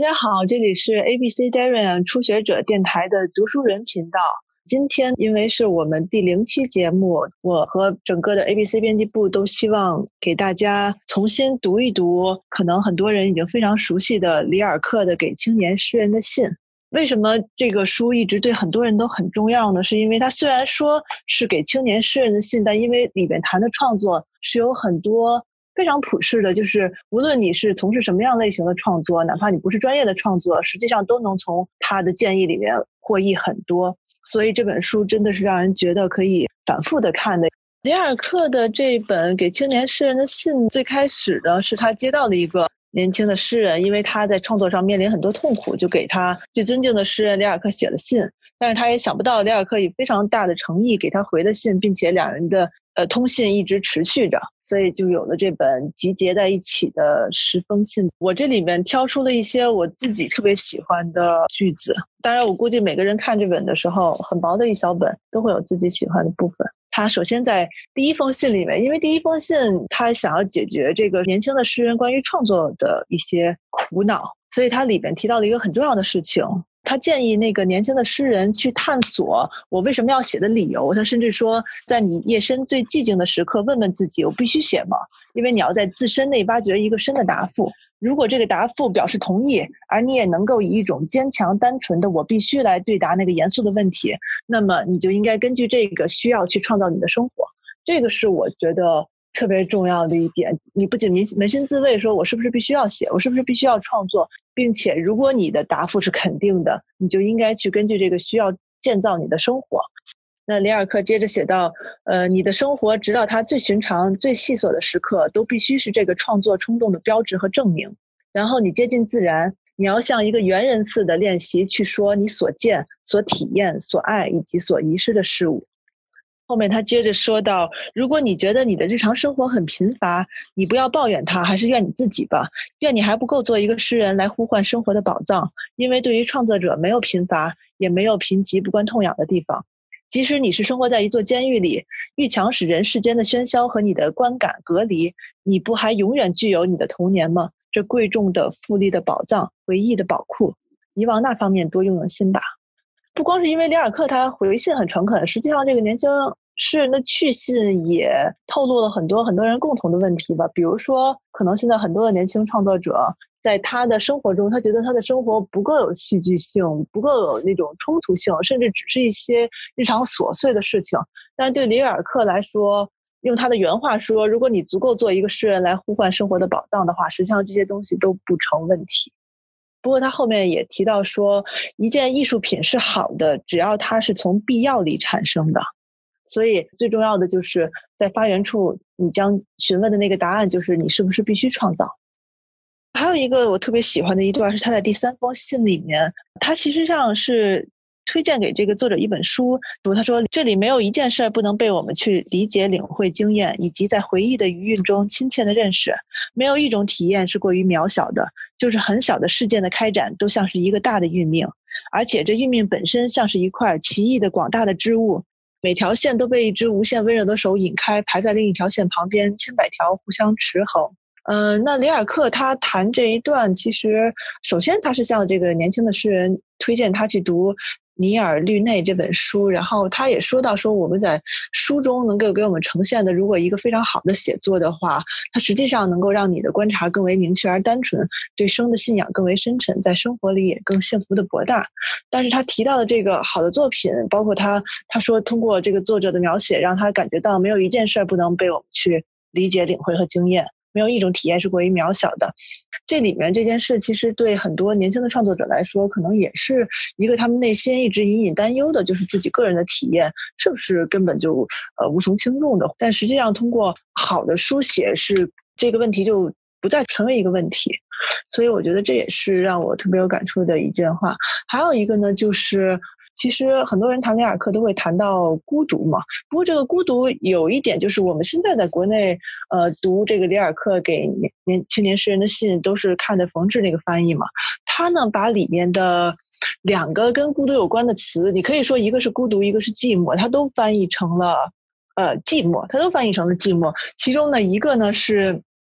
家好，这里是 ABC Darian 初学者电台的读书人频道。今天因为是我们第0期节目，我和整个的 ABC 编辑部都希望给大家重新读一读可能很多人已经非常熟悉的里尔克的《给青年诗人的信》。为什么这个书一直对很多人都很重要呢？是因为它虽然说是给青年诗人的信，但因为里面谈的创作是有很多非常普世的，就是无论你是从事什么样类型的创作，哪怕你不是专业的创作，实际上都能从他的建议里面获益很多。所以这本书真的是让人觉得可以反复的看的。里尔克的这本给青年诗人的信，最开始的是他接到了一个年轻的诗人，因为他在创作上面临很多痛苦，就给他最尊敬的诗人里尔克写了信。但是他也想不到里尔克以非常大的诚意给他回的信，并且两人的通信一直持续着，所以就有了这本集结在一起的10封信。我这里面挑出了一些我自己特别喜欢的句子，当然我估计每个人看这本的时候，很薄的一小本都会有自己喜欢的部分。他首先在第1封信里面，因为第1封信他想要解决这个年轻的诗人关于创作的一些苦恼，所以他里面提到了一个很重要的事情。他建议那个年轻的诗人去探索我为什么要写的理由。他甚至说，在你夜深最寂静的时刻，问问自己，我必须写吗？因为你要在自身内挖掘一个深的答复。如果这个答复表示同意，而你也能够以一种坚强单纯的我必须来对答那个严肃的问题，那么你就应该根据这个需要去创造你的生活。这个是我觉得特别重要的一点。你不仅扪心自问，说我是不是必须要写，我是不是必须要创作，并且如果你的答复是肯定的，你就应该去根据这个需要建造你的生活。那里尔克接着写道，你的生活直到它最寻常最细琐的时刻都必须是这个创作冲动的标志和证明。然后你接近自然，你要像一个猿人似的练习去说你所见所体验所爱以及所遗失的事物。后面他接着说到，如果你觉得你的日常生活很贫乏，你不要抱怨它，还是怨你自己吧。愿你还不够做一个诗人来呼唤生活的宝藏，因为对于创作者没有贫乏，也没有贫瘠不关痛痒的地方。即使你是生活在一座监狱里，狱墙使人世间的喧嚣和你的观感隔离，你不还永远具有你的童年吗？这贵重的富丽的宝藏，回忆的宝库，你往那方面多用用心吧。不光是因为里尔克他回信很诚恳，实际上这个年轻诗人的去信也透露了很多人共同的问题吧。比如说，可能现在很多的年轻创作者在他的生活中，他觉得他的生活不够有戏剧性，不够有那种冲突性，甚至只是一些日常琐碎的事情。但是对里尔克来说，用他的原话说，如果你足够做一个诗人来呼唤生活的宝藏的话，实际上这些东西都不成问题。不过他后面也提到说，一件艺术品是好的，只要它是从必要里产生的。所以最重要的就是在发源处，你将询问的那个答案就是你是不是必须创造。还有一个我特别喜欢的一段是他在第3封信里面，他其实上是推荐给这个作者一本书，他说这里没有一件事不能被我们去理解领会经验，以及在回忆的余韵中亲切的认识。没有一种体验是过于渺小的，就是很小的事件的开展都像是一个大的运命，而且这运命本身像是一块奇异的广大的织物，每条线都被一只无限温柔的手引开，排在另一条线旁边，千百条互相持衡。那里尔克他谈这一段，其实首先他是向这个年轻的诗人推荐他去读尼尔·律内这本书，然后他也说到说我们在书中能够给我们呈现的，如果一个非常好的写作的话，它实际上能够让你的观察更为明确而单纯，对生的信仰更为深沉，在生活里也更幸福的博大。但是他提到的这个好的作品，包括他说通过这个作者的描写，让他感觉到没有一件事不能被我们去理解领会和经验，没有一种体验是过于渺小的。这里面这件事其实对很多年轻的创作者来说，可能也是一个他们内心一直隐隐担忧的，就是自己个人的体验是不是根本就无从轻重的。但实际上通过好的书写，是这个问题就不再成为一个问题。所以我觉得这也是让我特别有感触的一件话。还有一个呢，就是其实很多人谈里尔克都会谈到孤独嘛，不过这个孤独有一点就是我们现在在国内读这个里尔克给青年诗人的信都是看的冯至那个翻译嘛，他呢把里面的2个跟孤独有关的词，你可以说一个是孤独，一个是寂寞，他都翻译成了寂寞，他都翻译成了寂寞。其中呢一个呢是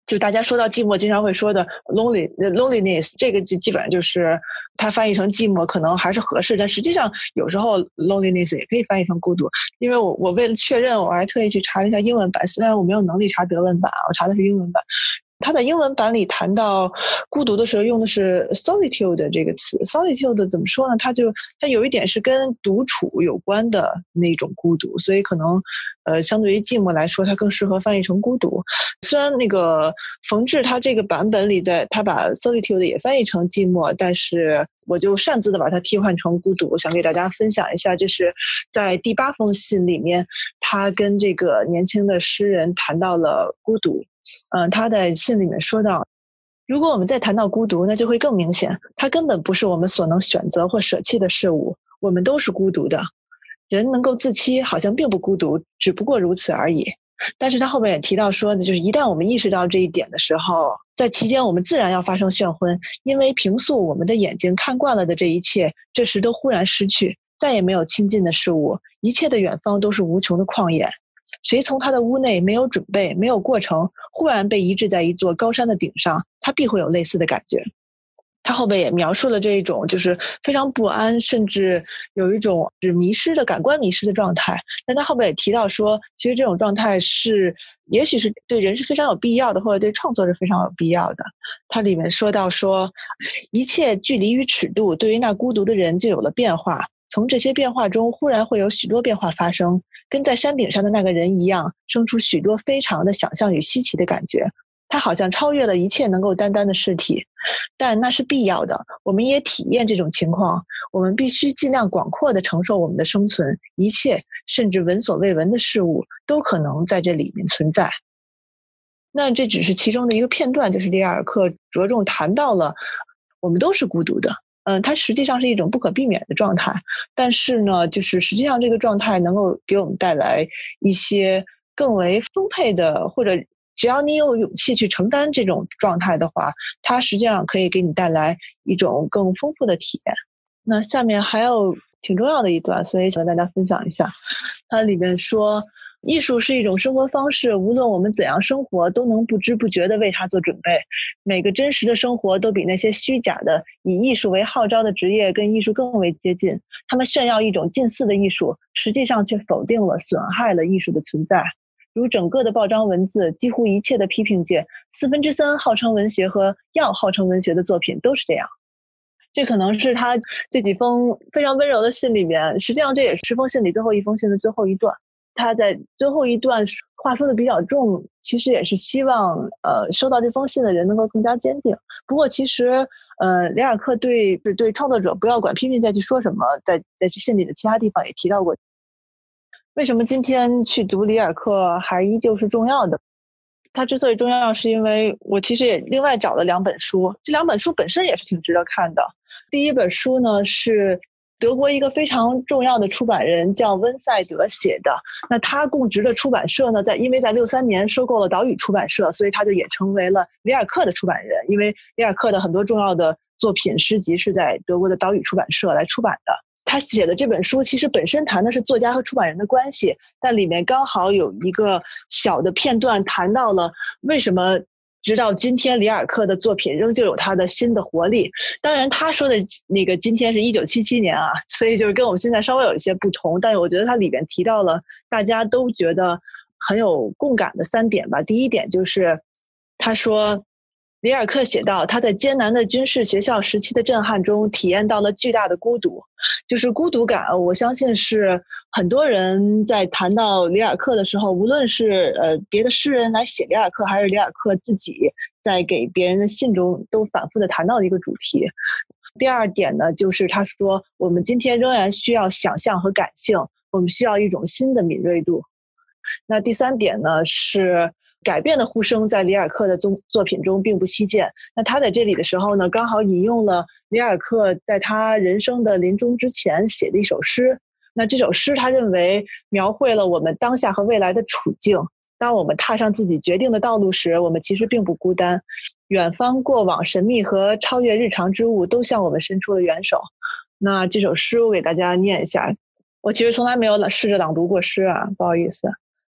就大家说到寂寞经常会说的 loneliness， 这个基本上就是它翻译成寂寞可能还是合适，但实际上有时候 loneliness 也可以翻译成孤独。因为我为了确认，我还特意去查了一下英文版，虽然我没有能力查德文版，我查的是英文版。他在英文版里谈到孤独的时候用的是 solitude 这个词。 solitude 怎么说呢，它有一点是跟独处有关的那种孤独，所以可能相对于寂寞来说它更适合翻译成孤独。虽然那个冯至他这个版本里他把 solitude 也翻译成寂寞，但是我就擅自的把它替换成孤独。我想给大家分享一下，这是在第8封信里面他跟这个年轻的诗人谈到了孤独。他在信里面说到，如果我们再谈到孤独，那就会更明显，它根本不是我们所能选择或舍弃的事物，我们都是孤独的。人能够自欺好像并不孤独，只不过如此而已。但是他后面也提到说，就是一旦我们意识到这一点的时候，在期间我们自然要发生眩昏，因为平素我们的眼睛看惯了的这一切，这时都忽然失去，再也没有亲近的事物，一切的远方都是无穷的旷野。谁从他的屋内没有准备没有过程，忽然被移置在一座高山的顶上，他必会有类似的感觉。他后面也描述了这一种就是非常不安，甚至有一种迷失的感官迷失的状态。但他后面也提到说，其实这种状态是也许是对人是非常有必要的，或者对创作是非常有必要的。他里面说到说，一切距离与尺度对于那孤独的人就有了变化，从这些变化中忽然会有许多变化发生，跟在山顶上的那个人一样，生出许多非常的想象与稀奇的感觉。他好像超越了一切能够担当的事体，但那是必要的。我们也体验这种情况，我们必须尽量广阔地承受我们的生存，一切甚至闻所未闻的事物都可能在这里面存在。那这只是其中的一个片段，就是里尔克着重谈到了我们都是孤独的。它实际上是一种不可避免的状态，但是呢，就是实际上这个状态能够给我们带来一些更为丰沛的，或者只要你有勇气去承担这种状态的话，它实际上可以给你带来一种更丰富的体验。那下面还有挺重要的一段，所以想跟大家分享一下。它里面说，艺术是一种生活方式，无论我们怎样生活，都能不知不觉地为它做准备。每个真实的生活都比那些虚假的以艺术为号召的职业跟艺术更为接近。他们炫耀一种近似的艺术，实际上却否定了、损害了艺术的存在。如整个的报章文字，几乎一切的批评界，3/4号称文学和要号称文学的作品都是这样。这可能是他这几封非常温柔的信里面，实际上这也是10封信里最后一封信的最后一段。他在最后一段话说的比较重，其实也是希望收到这封信的人能够更加坚定。不过其实里尔克对创作者不要管批评界去说什么，在这信里的其他地方也提到过。为什么今天去读里尔克还依旧是重要的？它之所以重要，是因为我其实也另外找了2本书，这2本书本身也是挺值得看的。第一本书呢是德国一个非常重要的出版人叫温塞德写的。那他供职的出版社呢，因为在63年收购了岛屿出版社，所以他就也成为了里尔克的出版人。因为里尔克的很多重要的作品诗集是在德国的岛屿出版社来出版的。他写的这本书其实本身谈的是作家和出版人的关系，但里面刚好有一个小的片段谈到了为什么直到今天里尔克的作品仍旧有他的新的活力。当然他说的那个今天是1977年啊，所以就是跟我们现在稍微有一些不同，但是我觉得他里面提到了大家都觉得很有共感的3点吧。第一点就是他说，里尔克写道，他在艰难的军事学校时期的震撼中体验到了巨大的孤独。就是孤独感，我相信是很多人在谈到里尔克的时候，无论是别的诗人来写里尔克，还是里尔克自己在给别人的信中都反复的谈到的一个主题。第二点呢，就是他说我们今天仍然需要想象和感性，我们需要一种新的敏锐度。那第3点呢，是改变的呼声在里尔克的作品中并不稀见。那他在这里的时候呢，刚好引用了里尔克在他人生的临终之前写的一首诗。那这首诗他认为描绘了我们当下和未来的处境。当我们踏上自己决定的道路时，我们其实并不孤单。远方、过往、神秘和超越日常之物都向我们伸出了援手。那这首诗我给大家念一下。我其实从来没有试着朗读过诗啊，不好意思。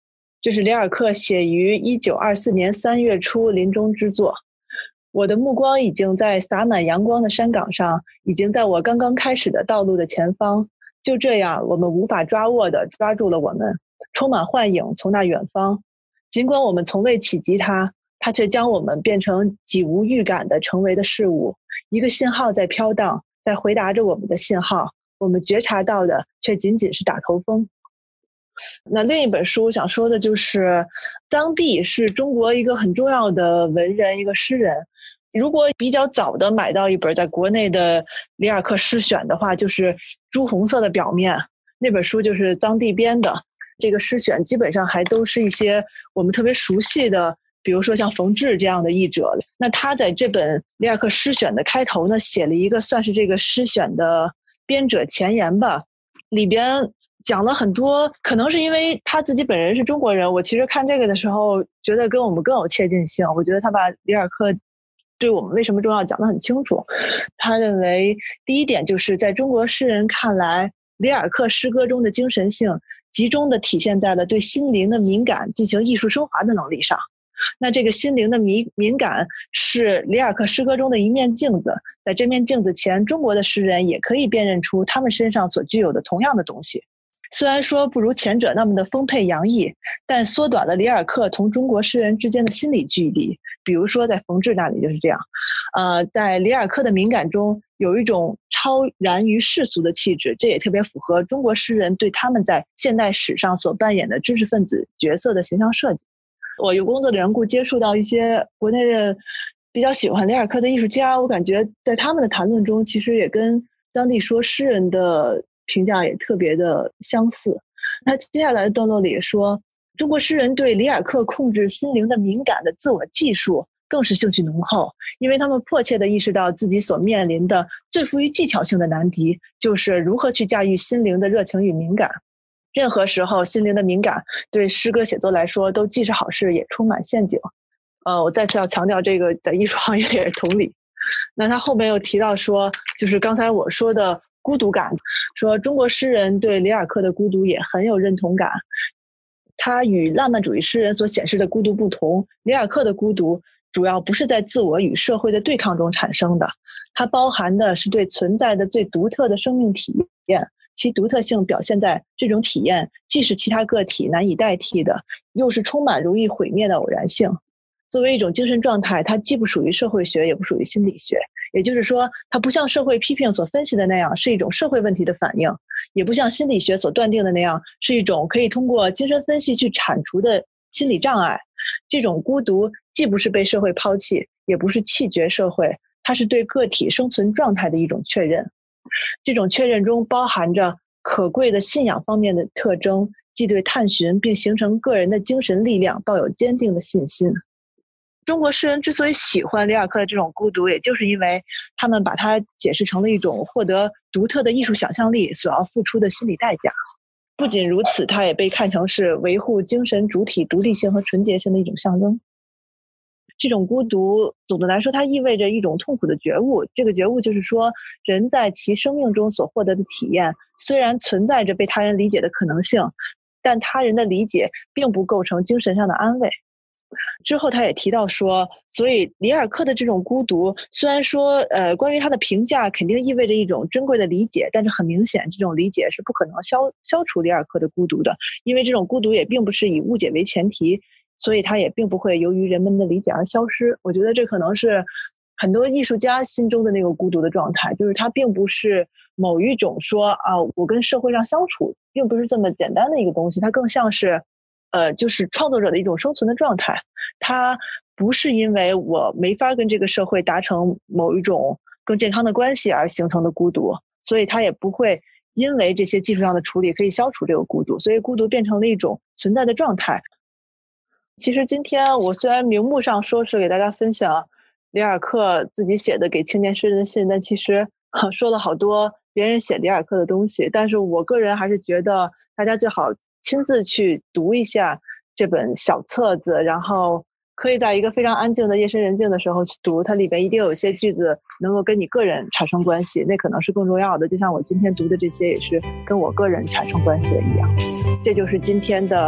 这是里尔克写于1924年3月初临终之作。我的目光已经在洒满阳光的山岗上，已经在我刚刚开始的道路的前方。就这样，我们无法抓握地抓住了我们，充满幻影从那远方。尽管我们从未企及它，它却将我们变成几无预感的成为的事物。一个信号在飘荡，在回答着我们的信号，我们觉察到的却仅仅是打头风。那另一本书想说的就是臧棣是中国一个很重要的文人，一个诗人。如果比较早的买到一本在国内的里尔克诗选的话，就是朱红色的表面，那本书就是臧棣编的。这个诗选基本上还都是一些我们特别熟悉的，比如说像冯至这样的译者。那他在这本里尔克诗选的开头呢，写了一个算是这个诗选的编者前言吧，里边讲了很多，可能是因为他自己本人是中国人，我其实看这个的时候觉得跟我们更有切近性。我觉得他把里尔克对我们为什么重要讲得很清楚。他认为第一点就是在中国诗人看来，里尔克诗歌中的精神性集中地体现在了对心灵的敏感进行艺术升华的能力上。那这个心灵的敏感是里尔克诗歌中的一面镜子，在这面镜子前，中国的诗人也可以辨认出他们身上所具有的同样的东西。虽然说不如前者那么的丰沛洋溢，但缩短了里尔克同中国诗人之间的心理距离。比如说在冯至那里就是这样，在里尔克的敏感中有一种超然于世俗的气质，这也特别符合中国诗人对他们在现代史上所扮演的知识分子角色的形象设计。我有工作的缘故接触到一些国内的比较喜欢里尔克的艺术家，我感觉在他们的谈论中其实也跟臧棣说诗人的评价也特别的相似。那接下来的段落里说，中国诗人对里尔克控制心灵的敏感的自我技术更是兴趣浓厚，因为他们迫切地意识到自己所面临的最富于技巧性的难题，就是如何去驾驭心灵的热情与敏感。任何时候，心灵的敏感对诗歌写作来说都既是好事，也充满陷阱。我再次要强调，这个在艺术行业也是同理。那他后面又提到说，就是刚才我说的孤独感，说中国诗人对里尔克的孤独也很有认同感。他与浪漫主义诗人所显示的孤独不同，里尔克的孤独主要不是在自我与社会的对抗中产生的，它包含的是对存在的最独特的生命体验，其独特性表现在这种体验既是其他个体难以代替的，又是充满容易毁灭的偶然性。作为一种精神状态，它既不属于社会学，也不属于心理学。也就是说，它不像社会批评所分析的那样是一种社会问题的反应，也不像心理学所断定的那样是一种可以通过精神分析去铲除的心理障碍。这种孤独既不是被社会抛弃，也不是弃绝社会，它是对个体生存状态的一种确认。这种确认中包含着可贵的信仰方面的特征，即对探寻并形成个人的精神力量抱有坚定的信心。中国诗人之所以喜欢里尔克的这种孤独，也就是因为他们把它解释成了一种获得独特的艺术想象力所要付出的心理代价。不仅如此，它也被看成是维护精神主体独立性和纯洁性的一种象征。这种孤独总的来说它意味着一种痛苦的觉悟，这个觉悟就是说，人在其生命中所获得的体验虽然存在着被他人理解的可能性，但他人的理解并不构成精神上的安慰。之后他也提到说，所以里尔克的这种孤独虽然说关于他的评价肯定意味着一种珍贵的理解，但是很明显这种理解是不可能消除里尔克的孤独的，因为这种孤独也并不是以误解为前提，所以它也并不会由于人们的理解而消失。我觉得这可能是很多艺术家心中的那个孤独的状态，就是它并不是某一种说我跟社会上相处，并不是这么简单的一个东西，它更像是就是创作者的一种生存的状态。它不是因为我没法跟这个社会达成某一种更健康的关系而形成的孤独，所以它也不会因为这些技术上的处理可以消除这个孤独，所以孤独变成了一种存在的状态。其实今天我虽然明目上说是给大家分享里尔克自己写的给青年诗人的信，但其实说了好多别人写里尔克的东西，但是我个人还是觉得大家最好亲自去读一下这本小册子，然后可以在一个非常安静的夜深人静的时候去读，它里边一定有一些句子能够跟你个人产生关系，那可能是更重要的，就像我今天读的这些也是跟我个人产生关系的一样。这就是今天的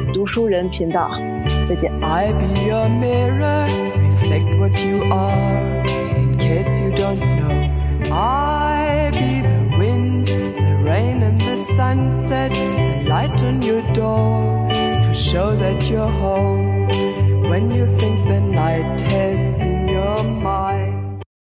读书人频道，再见。 I be your mirror, reflect what you are. In case you don't know, I be the wind, the rain and the sunset, the light on your door, to show that you're home when you think the night has